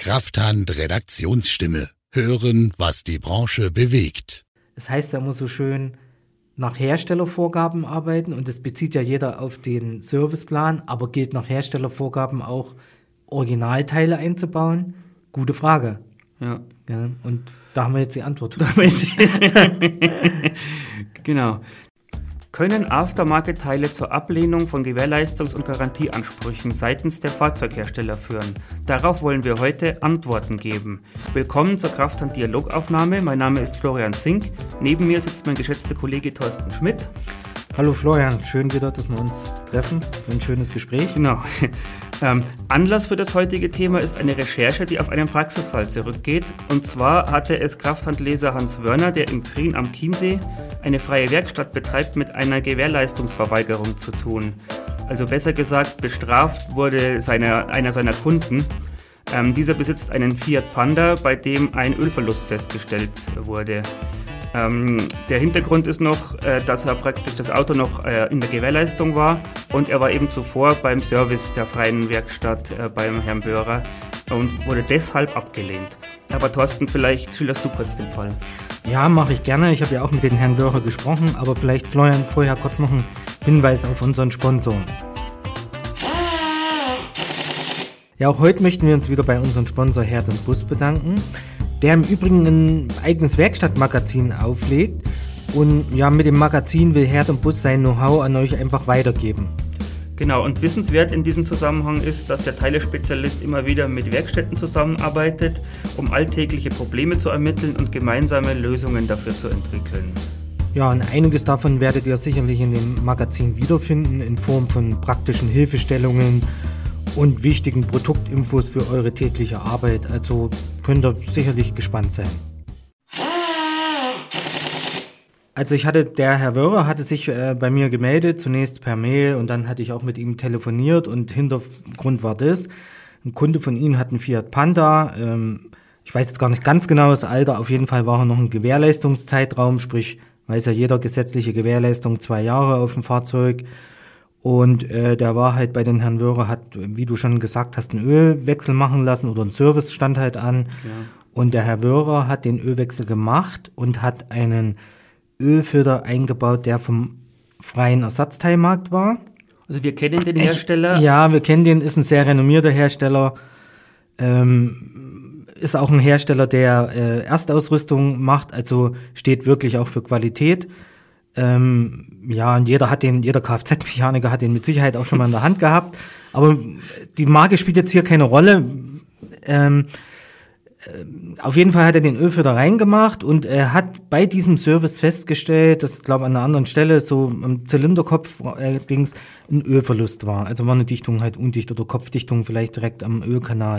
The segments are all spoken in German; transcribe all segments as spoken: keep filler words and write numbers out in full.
Krafthand Redaktionsstimme. Hören, was die Branche bewegt. Es heißt ja immer so schön, nach Herstellervorgaben arbeiten, und das bezieht ja jeder auf den Serviceplan, aber gilt nach Herstellervorgaben auch, Originalteile einzubauen? Gute Frage. Ja. Ja, und da haben wir jetzt die Antwort. Genau. Können Aftermarket-Teile zur Ablehnung von Gewährleistungs- und Garantieansprüchen seitens der Fahrzeughersteller führen? Darauf wollen wir heute Antworten geben. Willkommen zur Krafthand-Dialogaufnahme. Mein Name ist Florian Zink. Neben mir sitzt mein geschätzter Kollege Thorsten Schmidt. Hallo Florian, schön wieder, dass wir uns treffen für ein schönes Gespräch. Genau. Ähm, Anlass für das heutige Thema ist eine Recherche, die auf einen Praxisfall zurückgeht. Und zwar hatte es Krafthandleser Hans Wörner, der in Prien am Chiemsee eine freie Werkstatt betreibt, mit einer Gewährleistungsverweigerung zu tun. Also besser gesagt, bestraft wurde seine, einer seiner Kunden. Ähm, dieser besitzt einen Fiat Panda, bei dem ein Ölverlust festgestellt wurde. Ähm, der Hintergrund ist noch, äh, dass er praktisch das Auto noch äh, in der Gewährleistung war, und er war eben zuvor beim Service der freien Werkstatt äh, beim Herrn Wörner und wurde deshalb abgelehnt. Aber Thorsten, vielleicht schilderst du kurz den Fall. Ja, mache ich gerne. Ich habe ja auch mit den Herrn Wörner gesprochen, aber vielleicht, Florian, vorher kurz noch ein Hinweis auf unseren Sponsor. Ja, auch heute möchten wir uns wieder bei unserem Sponsor Herd und Bus bedanken, der im Übrigen ein eigenes Werkstattmagazin auflegt, und ja, mit dem Magazin will Herd und Bus sein Know-how an euch einfach weitergeben. Genau, und wissenswert in diesem Zusammenhang ist, dass der Teilespezialist immer wieder mit Werkstätten zusammenarbeitet, um alltägliche Probleme zu ermitteln und gemeinsame Lösungen dafür zu entwickeln. Ja, und einiges davon werdet ihr sicherlich in dem Magazin wiederfinden, in Form von praktischen Hilfestellungen und wichtigen Produktinfos für eure tägliche Arbeit. Also könnt ihr sicherlich gespannt sein. Also ich hatte, der Herr Wörner hatte sich äh, bei mir gemeldet, zunächst per Mail, und dann hatte ich auch mit ihm telefoniert, und Hintergrund war das: Ein Kunde von ihm hat einen Fiat Panda, ähm, ich weiß jetzt gar nicht ganz genau das Alter, auf jeden Fall war er noch ein Gewährleistungszeitraum, sprich, weiß ja jeder, gesetzliche Gewährleistung zwei Jahre auf dem Fahrzeug. Und äh, der war halt bei den Herrn Wörner, hat, wie du schon gesagt hast, einen Ölwechsel machen lassen, oder ein Service stand halt an. Ja. Und der Herr Wörner hat den Ölwechsel gemacht und hat einen Ölfilter eingebaut, der vom freien Ersatzteilmarkt war. Also wir kennen den Hersteller? Ja, wir kennen den, ist ein sehr renommierter Hersteller. Ähm, ist auch ein Hersteller, der äh, Erstausrüstung macht, also steht wirklich auch für Qualität. Ähm, ja, und jeder hat den, jeder Kfz-Mechaniker hat den mit Sicherheit auch schon mal in der Hand gehabt. Aber die Marke spielt jetzt hier keine Rolle. Ähm, äh, auf jeden Fall hat er den Ölfilter reingemacht, und er hat bei diesem Service festgestellt, dass, glaube ich, an einer anderen Stelle so am Zylinderkopf allerdings ein Ölverlust war. Also war eine Dichtung halt undicht, oder Kopfdichtung vielleicht direkt am Ölkanal.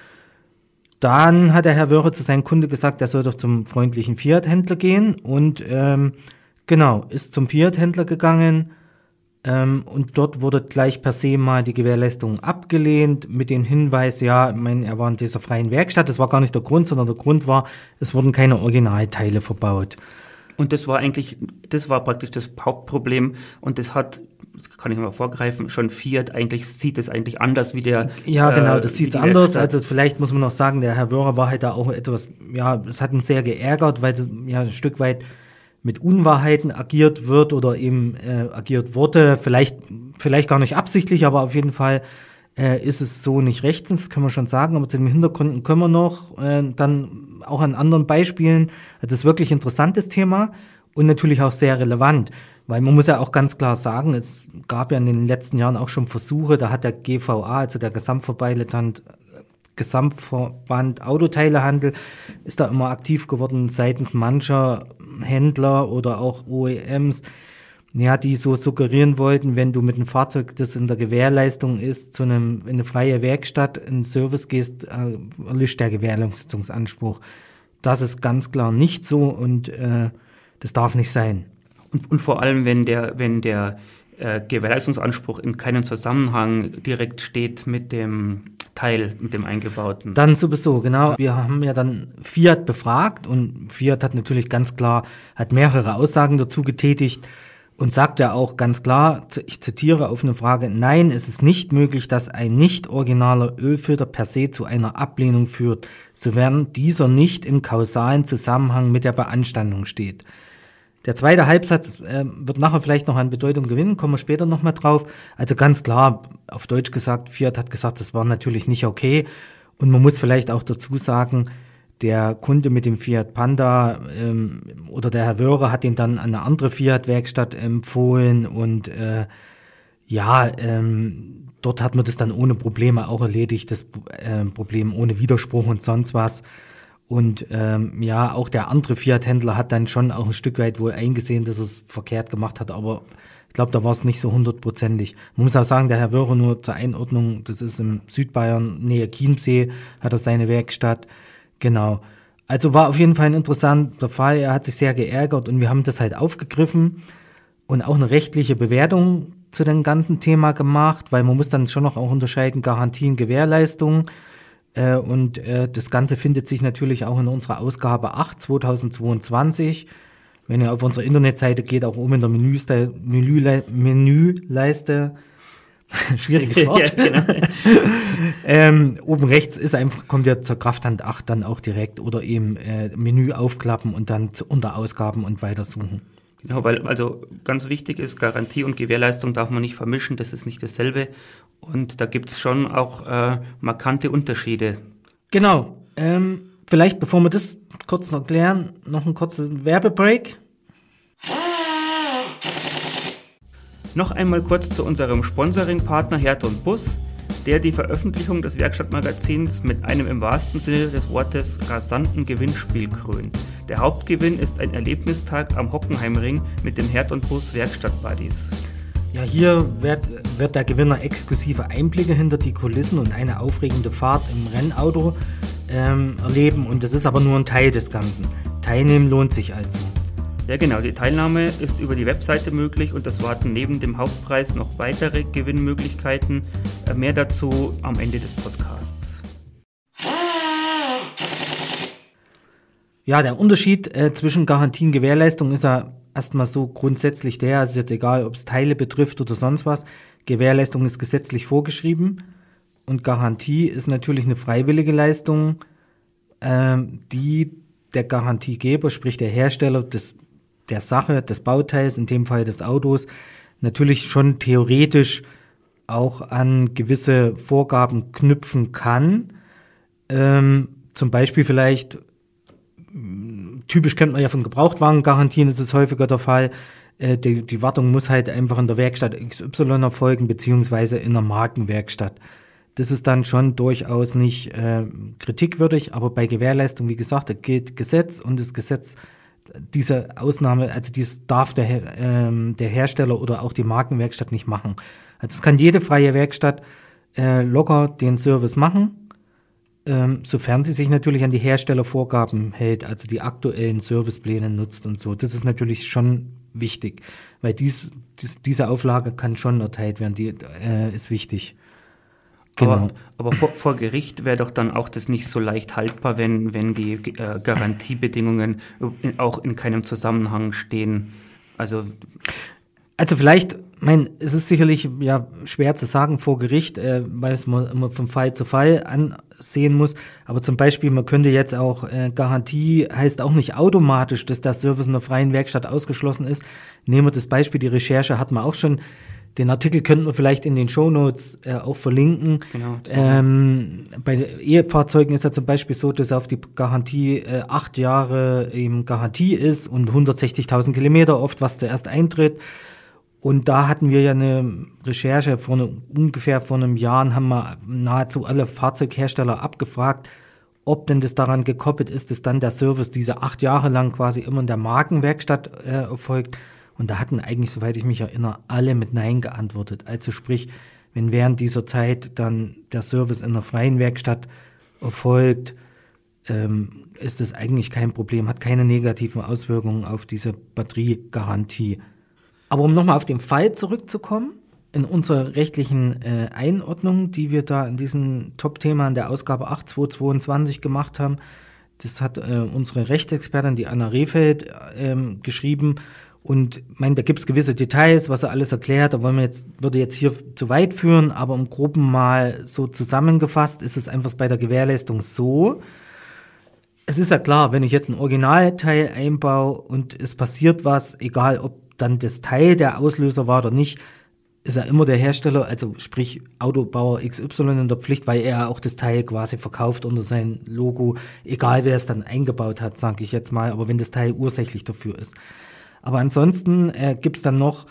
Dann hat der Herr Wörner zu seinem Kunde gesagt, er soll doch zum freundlichen Fiat-Händler gehen, und ähm, Genau, ist zum Fiat-Händler gegangen, ähm, und dort wurde gleich per se mal die Gewährleistung abgelehnt mit dem Hinweis, ja, ich meine, er war in dieser freien Werkstatt, das war gar nicht der Grund, sondern der Grund war, es wurden keine Originalteile verbaut. Und das war eigentlich, das war praktisch das Hauptproblem, und das hat, das kann ich mal vorgreifen, schon Fiat eigentlich, sieht es eigentlich anders wie der... Ja, genau, das äh, sieht anders, also vielleicht muss man noch sagen, der Herr Wörner war halt da auch etwas, ja, es hat ihn sehr geärgert, weil das ja ein Stück weit mit Unwahrheiten agiert wird oder eben äh, agiert wurde, vielleicht vielleicht gar nicht absichtlich, aber auf jeden Fall äh, ist es so nicht rechtens, das können wir schon sagen, aber zu den Hintergründen können wir noch äh, dann auch an anderen Beispielen. Das ist wirklich ein interessantes Thema und natürlich auch sehr relevant, weil man muss ja auch ganz klar sagen, es gab ja in den letzten Jahren auch schon Versuche, da hat der G V A, also der Gesamtverband Gesamtverband Autoteilehandel, ist da immer aktiv geworden seitens mancher Händler oder auch O E Ms, ja, die so suggerieren wollten, wenn du mit einem Fahrzeug, das in der Gewährleistung ist, zu einem in eine freie Werkstatt, in einen Service gehst, äh, erlischt der Gewährleistungsanspruch. Das ist ganz klar nicht so, und äh, das darf nicht sein. Und, und vor allem, wenn der, wenn der äh, Gewährleistungsanspruch in keinem Zusammenhang direkt steht mit dem Teil, mit dem eingebauten. Dann sowieso, genau. Wir haben ja dann Fiat befragt, und Fiat hat natürlich ganz klar, hat mehrere Aussagen dazu getätigt, und sagt ja auch ganz klar, ich zitiere auf eine Frage, nein, es ist nicht möglich, dass ein nicht originaler Ölfilter per se zu einer Ablehnung führt, sofern dieser nicht im kausalen Zusammenhang mit der Beanstandung steht. Der zweite Halbsatz äh, wird nachher vielleicht noch an Bedeutung gewinnen, kommen wir später nochmal drauf. Also ganz klar, auf Deutsch gesagt, Fiat hat gesagt, das war natürlich nicht okay. Und man muss vielleicht auch dazu sagen, der Kunde mit dem Fiat Panda ähm, oder der Herr Wöhrer hat ihn dann an eine andere Fiat-Werkstatt empfohlen und äh, ja, ähm, dort hat man das dann ohne Probleme auch erledigt, das äh, Problem ohne Widerspruch und sonst was. Und ähm, ja, auch der andere Fiat-Händler hat dann schon auch ein Stück weit wohl eingesehen, dass er es verkehrt gemacht hat, aber ich glaube, da war es nicht so hundertprozentig. Man muss auch sagen, der Herr Wöhrer, nur zur Einordnung, das ist im Südbayern, Nähe Chiemsee, hat er seine Werkstatt. Genau. Also war auf jeden Fall ein interessanter Fall. Er hat sich sehr geärgert und wir haben das halt aufgegriffen und auch eine rechtliche Bewertung zu dem ganzen Thema gemacht, weil man muss dann schon noch auch unterscheiden, Garantien, Gewährleistungen. Äh, und äh, das Ganze findet sich natürlich auch in unserer Ausgabe acht zweitausendzweiundzwanzig. Wenn ihr auf unsere Internetseite geht, auch oben in der Menüste, Menüle, Menüleiste, schwieriges Wort. Ja, genau. ähm, oben rechts ist einfach, kommt ja zur Krafthand acht dann auch direkt oder eben äh, Menü aufklappen und dann zu Unterausgaben und weitersuchen. Genau, weil also ganz wichtig ist, Garantie und Gewährleistung darf man nicht vermischen, das ist nicht dasselbe. Und da gibt es schon auch äh, markante Unterschiede. Genau. Ähm, vielleicht, bevor wir das kurz noch klären, noch ein kurzes Werbebreak. Noch einmal kurz zu unserem Sponsoring-Partner Herth und Buss, der die Veröffentlichung des Werkstattmagazins mit einem im wahrsten Sinne des Wortes rasanten Gewinnspiel krönt. Der Hauptgewinn ist ein Erlebnistag am Hockenheimring mit den Herth und Buss Werkstattbuddies. Ja, hier wird, wird der Gewinner exklusive Einblicke hinter die Kulissen und eine aufregende Fahrt im Rennauto ähm, erleben und das ist aber nur ein Teil des Ganzen. Teilnehmen lohnt sich also. Ja genau, die Teilnahme ist über die Webseite möglich und es warten neben dem Hauptpreis noch weitere Gewinnmöglichkeiten. Mehr dazu am Ende des Podcasts. Ja, der Unterschied äh, zwischen Garantie und Gewährleistung ist ja erstmal so grundsätzlich der, es ist jetzt egal, ob es Teile betrifft oder sonst was. Gewährleistung ist gesetzlich vorgeschrieben und Garantie ist natürlich eine freiwillige Leistung, äh, die der Garantiegeber, sprich der Hersteller des der Sache, des Bauteils, in dem Fall des Autos, natürlich schon theoretisch auch an gewisse Vorgaben knüpfen kann. Ähm, zum Beispiel vielleicht, typisch kennt man ja von Gebrauchtwagengarantien, ist es häufiger der Fall, äh, die, die Wartung muss halt einfach in der Werkstatt X Y erfolgen, beziehungsweise in der Markenwerkstatt. Das ist dann schon durchaus nicht äh, kritikwürdig, aber bei Gewährleistung, wie gesagt, da gilt Gesetz und das Gesetz, diese Ausnahme, also dies darf der, ähm, der Hersteller oder auch die Markenwerkstatt nicht machen. Also es kann jede freie Werkstatt äh, locker den Service machen, ähm, sofern sie sich natürlich an die Herstellervorgaben hält, also die aktuellen Servicepläne nutzt und so. Das ist natürlich schon wichtig, weil dies, dies diese Auflage kann schon erteilt werden, die äh, ist wichtig. Genau. Aber, aber vor, vor Gericht wäre doch dann auch das nicht so leicht haltbar, wenn, wenn die äh, Garantiebedingungen in, auch in keinem Zusammenhang stehen. Also, also vielleicht, mein, es ist sicherlich ja schwer zu sagen vor Gericht, äh, weil es man immer von Fall zu Fall ansehen muss. Aber zum Beispiel, man könnte jetzt auch, äh, Garantie heißt auch nicht automatisch, dass der Service in der freien Werkstatt ausgeschlossen ist. Nehmen wir das Beispiel, die Recherche hat man auch schon. Den Artikel könnten wir vielleicht in den Shownotes äh, auch verlinken. Genau. Ähm, bei E-Fahrzeugen ist ja zum Beispiel so, dass auf die Garantie äh, acht Jahre eben Garantie ist und hundertsechzigtausend Kilometer oft, was zuerst eintritt. Und da hatten wir ja eine Recherche vor eine, ungefähr vor einem Jahr, haben wir nahezu alle Fahrzeughersteller abgefragt, ob denn das daran gekoppelt ist, dass dann der Service diese acht Jahre lang quasi immer in der Markenwerkstatt äh, erfolgt. Und da hatten eigentlich, soweit ich mich erinnere, alle mit Nein geantwortet. Also sprich, wenn während dieser Zeit dann der Service in der freien Werkstatt erfolgt, ähm, ist das eigentlich kein Problem, hat keine negativen Auswirkungen auf diese Batteriegarantie. Aber um nochmal auf den Fall zurückzukommen, in unserer rechtlichen äh, Einordnung, die wir da in diesem Top-Thema in der Ausgabe acht zweitausendzweiundzwanzig gemacht haben, das hat äh, unsere Rechtsexpertin, die Anna Rehfeld, ähm, geschrieben. Und ich meine, da gibt es gewisse Details, was er alles erklärt, da wollen wir jetzt, würde jetzt hier zu weit führen, aber im Groben mal so zusammengefasst ist es einfach bei der Gewährleistung so. Es ist ja klar, wenn ich jetzt ein Originalteil einbaue und es passiert was, egal ob dann das Teil der Auslöser war oder nicht, ist ja immer der Hersteller, also sprich Autobauer X Y in der Pflicht, weil er auch das Teil quasi verkauft unter sein Logo, egal wer es dann eingebaut hat, sage ich jetzt mal, aber wenn das Teil ursächlich dafür ist. Aber ansonsten äh, gibt's dann noch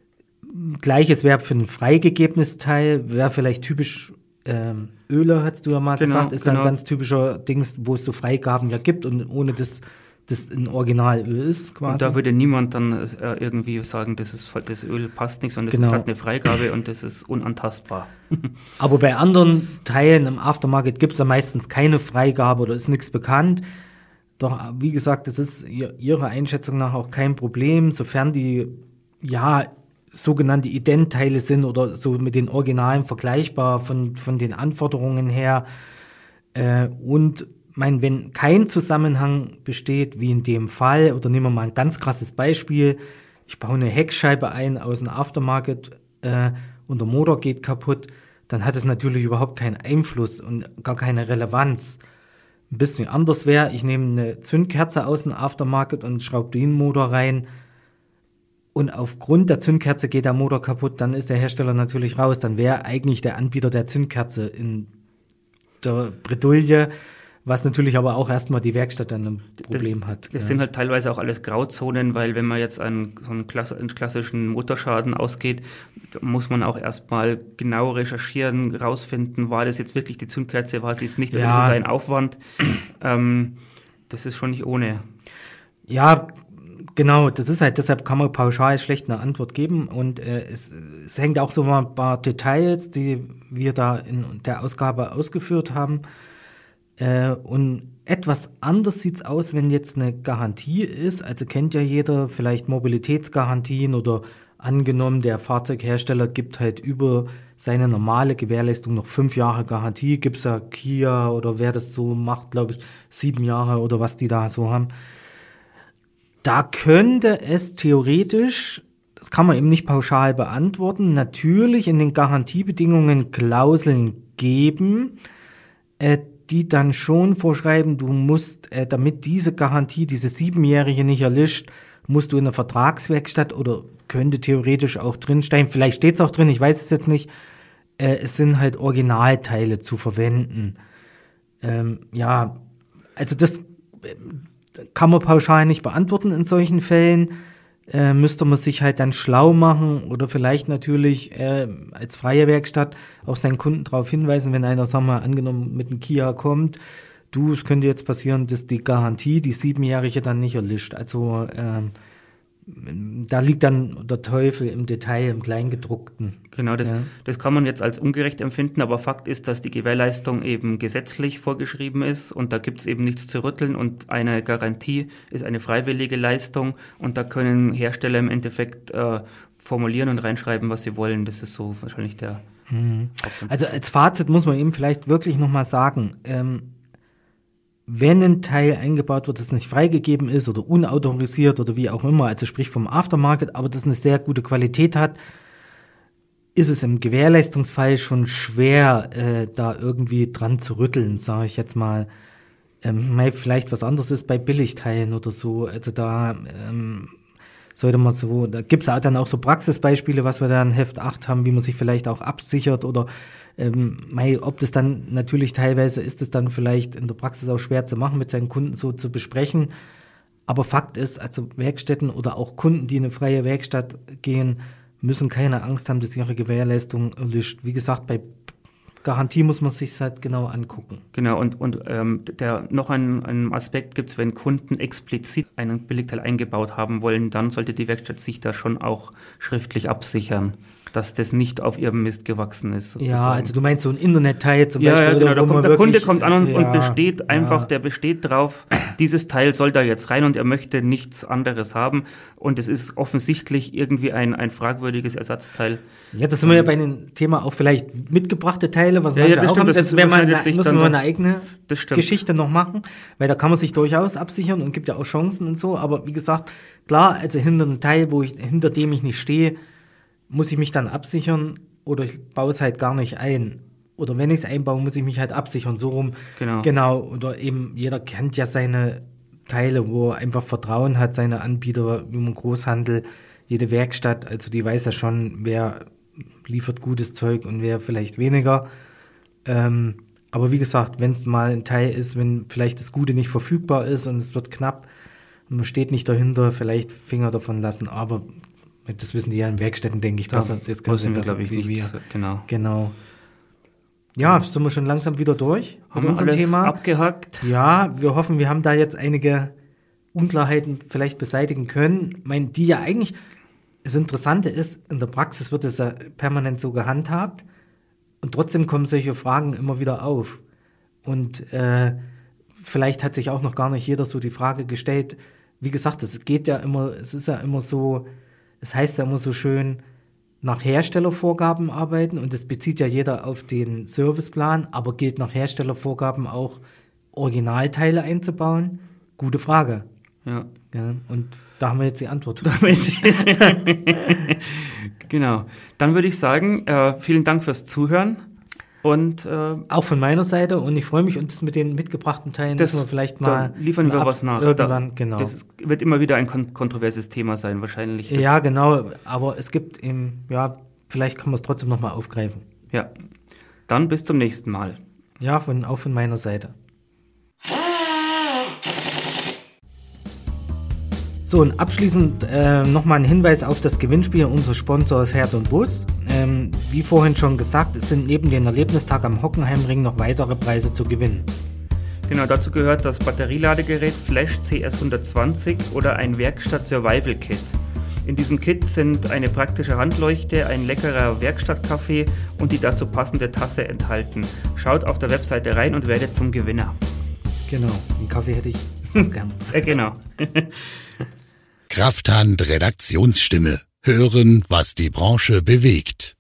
gleiches Verb für ein freigegebenes Teil, wäre vielleicht typisch ähm, Öle, hast du ja mal genau, gesagt, ist genau. dann ganz typischer Dings, wo es so Freigaben ja gibt und ohne das das ein Originalöl ist quasi. Und da würde niemand dann äh, irgendwie sagen, das, ist, das Öl passt nicht, sondern das genau. ist halt eine Freigabe und das ist unantastbar. Aber bei anderen Teilen im Aftermarket gibt es da meistens keine Freigabe oder ist nichts bekannt. Doch, wie gesagt, das ist Ihrer Einschätzung nach auch kein Problem, sofern die, ja, sogenannte Identteile sind oder so mit den Originalen vergleichbar von, von den Anforderungen her. Äh, und mein, wenn kein Zusammenhang besteht, wie in dem Fall, oder nehmen wir mal ein ganz krasses Beispiel, ich baue eine Heckscheibe ein aus dem Aftermarket äh, und der Motor geht kaputt, dann hat es natürlich überhaupt keinen Einfluss und gar keine Relevanz. Ein bisschen anders wäre, ich nehme eine Zündkerze aus dem Aftermarket und schraube den Motor rein und aufgrund der Zündkerze geht der Motor kaputt, dann ist der Hersteller natürlich raus, dann wäre eigentlich der Anbieter der Zündkerze in der Bredouille, was natürlich aber auch erstmal die Werkstatt dann ein Problem das, hat. Das ja. sind halt teilweise auch alles Grauzonen, weil wenn man jetzt einen, so einen, Klasse, einen klassischen Motorschaden ausgeht, muss man auch erstmal genau recherchieren, rausfinden, war das jetzt wirklich die Zündkerze, war sie es nicht, also ja. das ist ein Aufwand. Ähm, das ist schon nicht ohne. Ja, genau, das ist halt, deshalb kann man pauschal schlecht eine Antwort geben und äh, es, es hängt auch so mal ein paar Details, die wir da in der Ausgabe ausgeführt haben. Äh, und etwas anders sieht's aus, wenn jetzt eine Garantie ist. Also kennt ja jeder vielleicht Mobilitätsgarantien oder angenommen, der Fahrzeughersteller gibt halt über seine normale Gewährleistung noch fünf Jahre Garantie. Gibt's ja Kia oder wer das so macht, glaube ich, sieben Jahre oder was die da so haben. Da könnte es theoretisch, das kann man eben nicht pauschal beantworten, natürlich in den Garantiebedingungen Klauseln geben, äh, die dann schon vorschreiben, du musst, äh, damit diese Garantie, diese siebenjährige nicht erlischt, musst du in der Vertragswerkstatt oder könnte theoretisch auch drinstehen, vielleicht steht es auch drin, ich weiß es jetzt nicht, äh, es sind halt Originalteile zu verwenden. Ähm, ja, also das äh, kann man pauschal nicht beantworten in solchen Fällen. Äh, müsste man sich halt dann schlau machen oder vielleicht natürlich äh, als freie Werkstatt auch seinen Kunden darauf hinweisen, wenn einer, sagen wir mal, angenommen mit einem Kia kommt, du, es könnte jetzt passieren, dass die Garantie, die siebenjährige dann nicht erlischt. Also ähm, da liegt dann der Teufel im Detail, im Kleingedruckten. Genau, das, ja. das kann man jetzt als ungerecht empfinden, aber Fakt ist, dass die Gewährleistung eben gesetzlich vorgeschrieben ist und da gibt es eben nichts zu rütteln und eine Garantie ist eine freiwillige Leistung und da können Hersteller im Endeffekt äh, formulieren und reinschreiben, was sie wollen. Das ist so wahrscheinlich der mhm. Also als Fazit muss man eben vielleicht wirklich nochmal sagen, ähm, wenn ein Teil eingebaut wird, das nicht freigegeben ist oder unautorisiert oder wie auch immer, also sprich vom Aftermarket, aber das eine sehr gute Qualität hat, ist es im Gewährleistungsfall schon schwer, äh, da irgendwie dran zu rütteln, sage ich jetzt mal. Ähm, vielleicht was anderes ist bei Billigteilen oder so, also da ähm, sollte man so, da gibt's auch dann auch so Praxisbeispiele, was wir da in Heft acht haben, wie man sich vielleicht auch absichert oder ähm, mei, ob das dann natürlich teilweise ist es dann vielleicht in der Praxis auch schwer zu machen, mit seinen Kunden so zu besprechen. Aber Fakt ist, also Werkstätten oder auch Kunden, die in eine freie Werkstatt gehen, müssen keine Angst haben, dass ihre Gewährleistung erlischt. Wie gesagt, bei Garantie muss man sich halt genau angucken. Genau, und, und ähm, der, noch ein, ein Aspekt gibt es, wenn Kunden explizit einen Billigteil eingebaut haben wollen, dann sollte die Werkstatt sich da schon auch schriftlich absichern, dass das nicht auf ihrem Mist gewachsen ist. Sozusagen. Ja, also du meinst so ein Internetteil zum ja, Beispiel. Ja, genau, oder da kommt, der wirklich, Kunde kommt an und, ja, und besteht einfach, ja. der besteht drauf, dieses Teil soll da jetzt rein und er möchte nichts anderes haben und es ist offensichtlich irgendwie ein, ein fragwürdiges Ersatzteil. Ja, das sind wir ja bei dem Thema auch vielleicht mitgebrachte Teile Teile, was ja, manche ja, das auch stimmt, haben. das Das wäre mal überschneidet eine, sich müssen dann wir dann- eine eigene Das stimmt. Geschichte noch machen, weil da kann man sich durchaus absichern und gibt ja auch Chancen und so. Aber wie gesagt, klar, also hinter einem Teil, wo ich, hinter dem ich nicht stehe, muss ich mich dann absichern oder ich baue es halt gar nicht ein. Oder wenn ich es einbaue, muss ich mich halt absichern, so rum. Genau. Genau. Oder eben, jeder kennt ja seine Teile, wo er einfach Vertrauen hat, seine Anbieter, wie man Großhandel, jede Werkstatt, also die weiß ja schon, wer liefert gutes Zeug und wer vielleicht weniger. Ähm, aber wie gesagt, wenn es mal ein Teil ist, wenn vielleicht das Gute nicht verfügbar ist und es wird knapp und man steht nicht dahinter, vielleicht Finger davon lassen, aber das wissen die ja in Werkstätten, denke ich, Da besser. Das können sie müssen wir, besser glaube ich, wie nicht. wir. Genau. Genau. Ja, sind wir schon langsam wieder durch Haben mit wir unserem alles Thema. abgehakt? Ja, wir hoffen, wir haben da jetzt einige Unklarheiten vielleicht beseitigen können. Ich meine, die ja eigentlich, das Interessante ist, in der Praxis wird es ja permanent so gehandhabt und trotzdem kommen solche Fragen immer wieder auf. Und äh, vielleicht hat sich auch noch gar nicht jeder so die Frage gestellt. Wie gesagt, es geht ja immer, es ist ja immer so, es heißt ja immer so schön, nach Herstellervorgaben arbeiten und das bezieht ja jeder auf den Serviceplan, aber gilt nach Herstellervorgaben auch Originalteile einzubauen? Gute Frage. Ja. Ja, und da haben wir jetzt die Antwort. Genau. Dann würde ich sagen, äh, vielen Dank fürs Zuhören und äh, Auch von meiner Seite und ich freue mich und das mit den mitgebrachten Teilen das, müssen wir vielleicht da mal liefern wir ab- was nach. Irgendwann, da, genau. Das ist, wird immer wieder ein kon kontroverses Thema sein, wahrscheinlich. Das, Ja, genau, aber es gibt eben, ja, vielleicht kann man es trotzdem nochmal aufgreifen. ja. Dann bis zum nächsten Mal. Ja, von, auch von meiner Seite. So, und abschließend äh, nochmal ein Hinweis auf das Gewinnspiel unseres Sponsors Herd und Bus. Ähm, wie vorhin schon gesagt, es sind neben dem Erlebnistag am Hockenheimring noch weitere Preise zu gewinnen. Genau, dazu gehört das Batterieladegerät Flash C S hundertzwanzig oder ein Werkstatt Survival Kit. In diesem Kit sind eine praktische Handleuchte, ein leckerer Werkstattkaffee und die dazu passende Tasse enthalten. Schaut auf der Webseite rein und werdet zum Gewinner. Genau, den Kaffee hätte ich auch gern. Äh, genau. Krafthand Redaktionsstimme. Hören, was die Branche bewegt.